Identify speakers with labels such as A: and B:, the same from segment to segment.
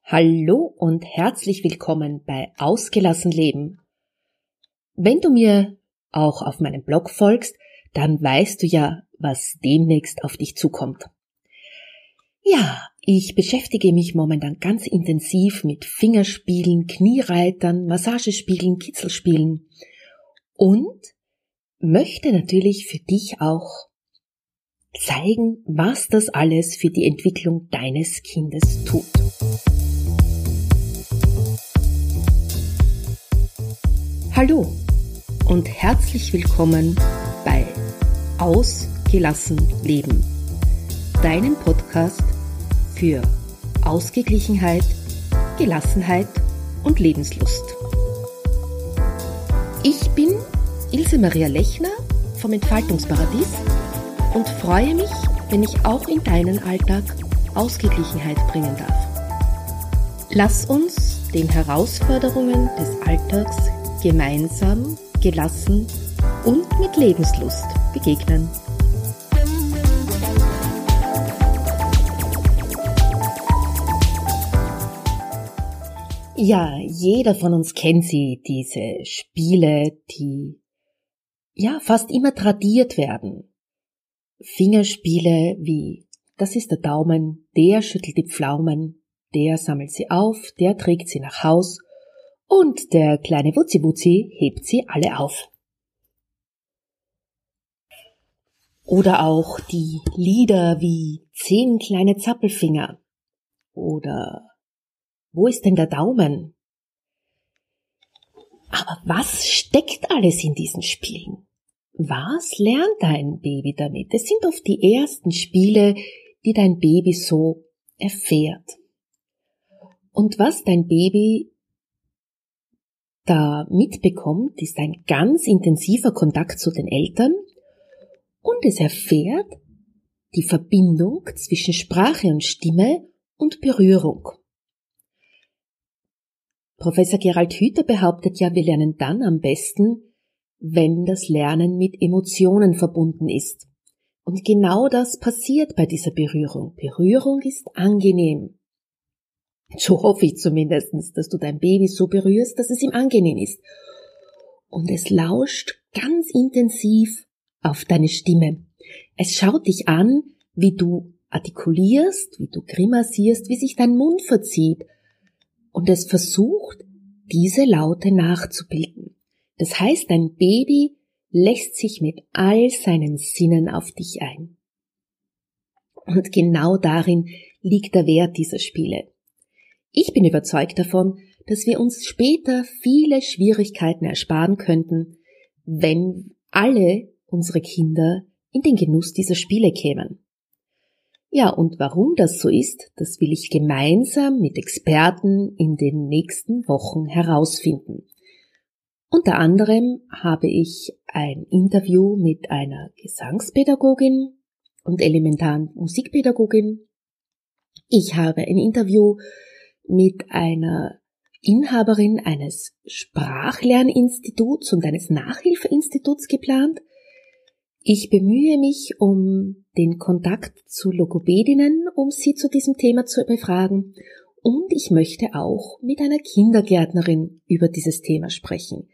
A: Hallo und herzlich willkommen bei Ausgelassen Leben. Wenn du mir auch auf meinem Blog folgst, dann weißt du ja, was demnächst auf dich zukommt. Ja, ich beschäftige mich momentan ganz intensiv mit Fingerspielen, Kniereitern, Massagespielen, Kitzelspielen und möchte natürlich für dich auch zeigen, was das alles für die Entwicklung deines Kindes tut. Hallo und herzlich willkommen bei Ausgelassen Leben, deinem Podcast für Ausgeglichenheit, Gelassenheit und Lebenslust. Ich bin Ilse Maria Lechner vom Entfaltungsparadies und freue mich, wenn ich auch in deinen Alltag Ausgeglichenheit bringen darf. Lass uns den Herausforderungen des Alltags gemeinsam, gelassen und mit Lebenslust begegnen. Ja, jeder von uns kennt sie, diese Spiele, die ja fast immer tradiert werden. Fingerspiele wie, das ist der Daumen, der schüttelt die Pflaumen, der sammelt sie auf, der trägt sie nach Haus und der kleine Wutzi-Wutzi hebt sie alle auf. Oder auch die Lieder wie 10 kleine Zappelfinger oder Wo ist denn der Daumen? Aber was steckt alles in diesen Spielen? Was lernt dein Baby damit? Es sind oft die ersten Spiele, die dein Baby so erfährt. Und was dein Baby da mitbekommt, ist ein ganz intensiver Kontakt zu den Eltern und es erfährt die Verbindung zwischen Sprache und Stimme und Berührung. Professor Gerald Hüther behauptet ja, wir lernen dann am besten, wenn das Lernen mit Emotionen verbunden ist. Und genau das passiert bei dieser Berührung. Berührung ist angenehm. So hoffe ich zumindest, dass du dein Baby so berührst, dass es ihm angenehm ist. Und es lauscht ganz intensiv auf deine Stimme. Es schaut dich an, wie du artikulierst, wie du grimasierst, wie sich dein Mund verzieht. Und es versucht, diese Laute nachzubilden. Das heißt, dein Baby lässt sich mit all seinen Sinnen auf dich ein. Und genau darin liegt der Wert dieser Spiele. Ich bin überzeugt davon, dass wir uns später viele Schwierigkeiten ersparen könnten, wenn alle unsere Kinder in den Genuss dieser Spiele kämen. Ja, und warum das so ist, das will ich gemeinsam mit Experten in den nächsten Wochen herausfinden. Unter anderem habe ich ein Interview mit einer Gesangspädagogin und elementaren Musikpädagogin. Ich habe ein Interview mit einer Inhaberin eines Sprachlerninstituts und eines Nachhilfeinstituts geplant. Ich bemühe mich um den Kontakt zu Logopädinnen, um sie zu diesem Thema zu befragen. Und ich möchte auch mit einer Kindergärtnerin über dieses Thema sprechen.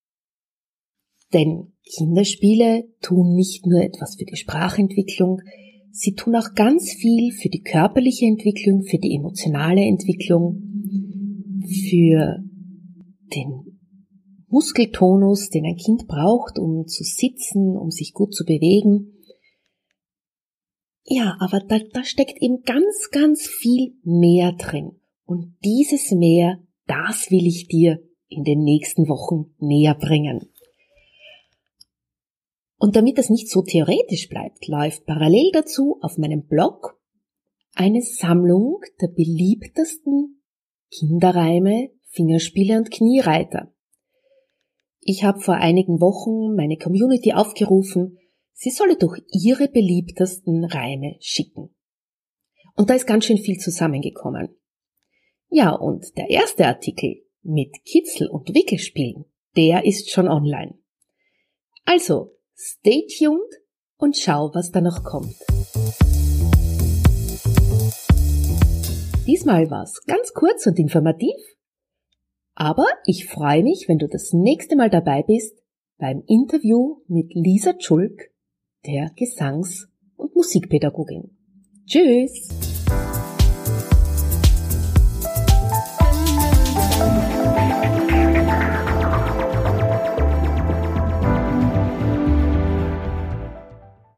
A: Denn Kinderspiele tun nicht nur etwas für die Sprachentwicklung, sie tun auch ganz viel für die körperliche Entwicklung, für die emotionale Entwicklung, für den Muskeltonus, den ein Kind braucht, um zu sitzen, um sich gut zu bewegen. Ja, aber da steckt eben ganz, ganz viel mehr drin. Und dieses Mehr, das will ich dir in den nächsten Wochen näher bringen. Und damit das nicht so theoretisch bleibt, läuft parallel dazu auf meinem Blog eine Sammlung der beliebtesten Kinderreime, Fingerspiele und Kniereiter. Ich habe vor einigen Wochen meine Community aufgerufen, sie solle doch ihre beliebtesten Reime schicken. Und da ist ganz schön viel zusammengekommen. Ja, und der erste Artikel mit Kitzel- und Wickelspielen, der ist schon online. Also, stay tuned und schau, was da noch kommt. Diesmal war's ganz kurz und informativ, aber ich freue mich, wenn du das nächste Mal dabei bist beim Interview mit Lisa Tschulk, der Gesangs- und Musikpädagogin. Tschüss!